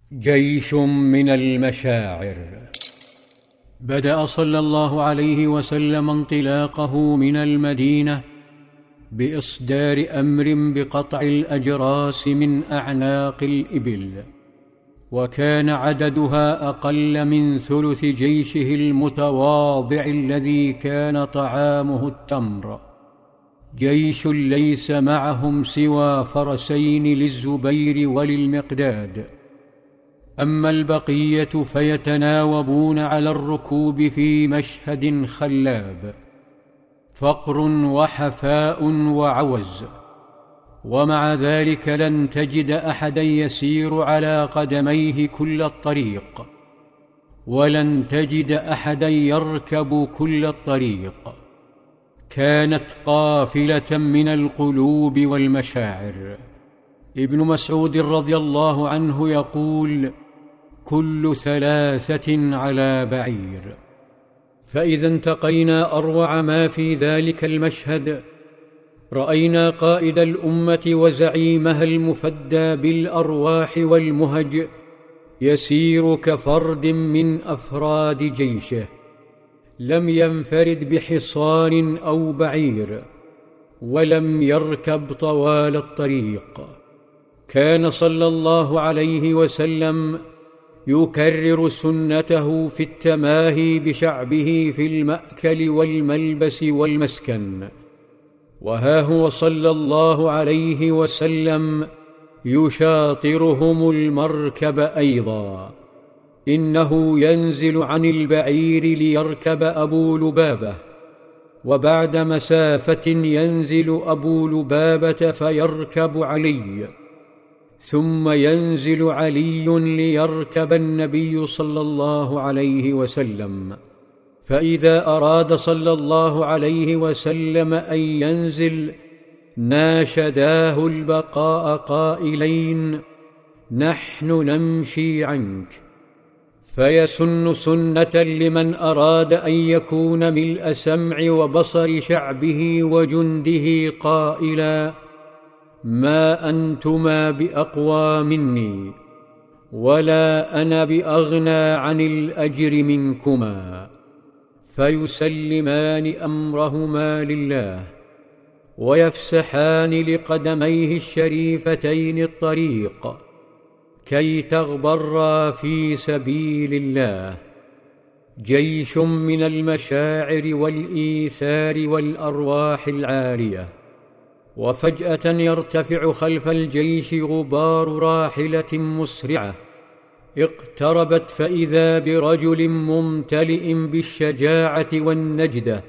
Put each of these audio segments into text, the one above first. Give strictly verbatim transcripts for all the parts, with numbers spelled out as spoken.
جيش من المشاعر. بدأ صلى الله عليه وسلم انطلاقه من المدينة بإصدار أمر بقطع الأجراس من أعناق الإبل، وكان عددها أقل من ثلث جيشه المتواضع الذي كان طعامه التمر. جيش ليس معهم سوى فرسين للزبير وللمقداد، أما البقية فيتناوبون على الركوب في مشهد خلاب، فقر وحفاء وعوز، ومع ذلك لن تجد أحدا يسير على قدميه كل الطريق، ولن تجد أحدا يركب كل الطريق. كانت قافلة من القلوب والمشاعر. ابن مسعود رضي الله عنه يقول: كل ثلاثة على بعير. فإذا انتقينا أروع ما في ذلك المشهد، رأينا قائد الأمة وزعيمها المفدى بالأرواح والمهج يسير كفرد من أفراد جيشه، لم ينفرد بحصان أو بعير، ولم يركب طوال الطريق. كان صلى الله عليه وسلم يكرر سنته في التماهي بشعبه في المأكل والملبس والمسكن، وها هو صلى الله عليه وسلم يشاطرهم المركب أيضا. إنه ينزل عن البعير ليركب أبو لبابة، وبعد مسافة ينزل أبو لبابة فيركب علي، ثم ينزل علي ليركب النبي صلى الله عليه وسلم. فإذا أراد صلى الله عليه وسلم أن ينزل ناشداه البقاء قائلين: نحن نمشي عنك. فيسن سنة لمن أراد أن يكون ملء سمع وبصر شعبه وجنده قائلا: ما أنتما بأقوى مني، ولا أنا بأغنى عن الأجر منكما. فيسلمان أمرهما لله، ويفسحان لقدميه الشريفتين الطريق كي تغبرا في سبيل الله. جيش من المشاعر والإيثار والأرواح العالية. وفجأة يرتفع خلف الجيش غبار راحلة مسرعة، اقتربت فإذا برجل ممتلئ بالشجاعة والنجدة،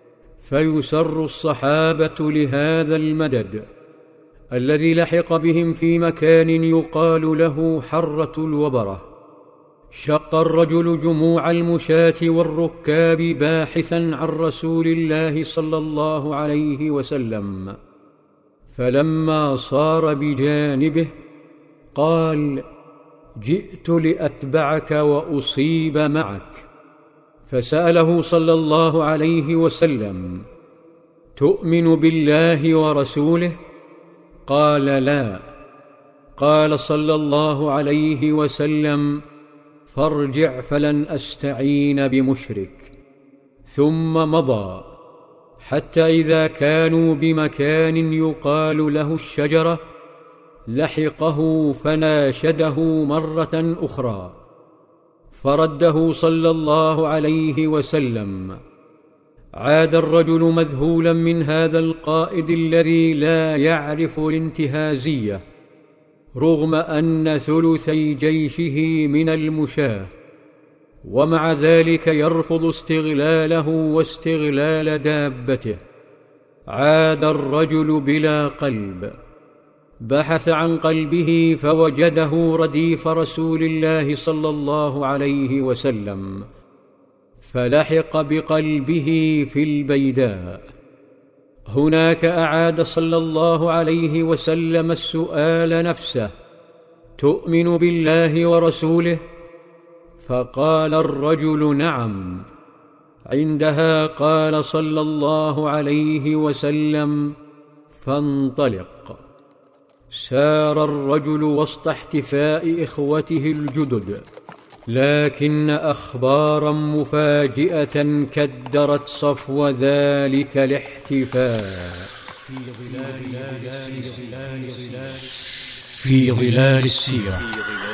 فيسر الصحابة لهذا المدد الذي لحق بهم في مكان يقال له حرة الوبرة. شق الرجل جموع المشاة والركاب باحثا عن رسول الله صلى الله عليه وسلم، فلما صار بجانبه قال: جئت لأتبعك وأصيب معك. فسأله صلى الله عليه وسلم: تؤمن بالله ورسوله؟ قال: لا. قال صلى الله عليه وسلم: فارجع فلن أستعين بمشرك. ثم مضى حتى إذا كانوا بمكان يقال له الشجرة لحقه فناشده مرة أخرى، فرده صلى الله عليه وسلم. عاد الرجل مذهولا من هذا القائد الذي لا يعرف الانتهازية، رغم أن ثلثي جيشه من المشاة، ومع ذلك يرفض استغلاله واستغلال دابته. عاد الرجل بلا قلب، بحث عن قلبه فوجده رديف رسول الله صلى الله عليه وسلم، فلحق بقلبه في البيداء. هناك أعاد صلى الله عليه وسلم السؤال نفسه: تؤمن بالله ورسوله؟ فقال الرجل: نعم. عندها قال صلى الله عليه وسلم: فانطلق. سار الرجل وسط احتفاء إخوته الجدد، لكن أخبارا مفاجئة كدرت صفو ذلك الاحتفاء. في ظلال السيرة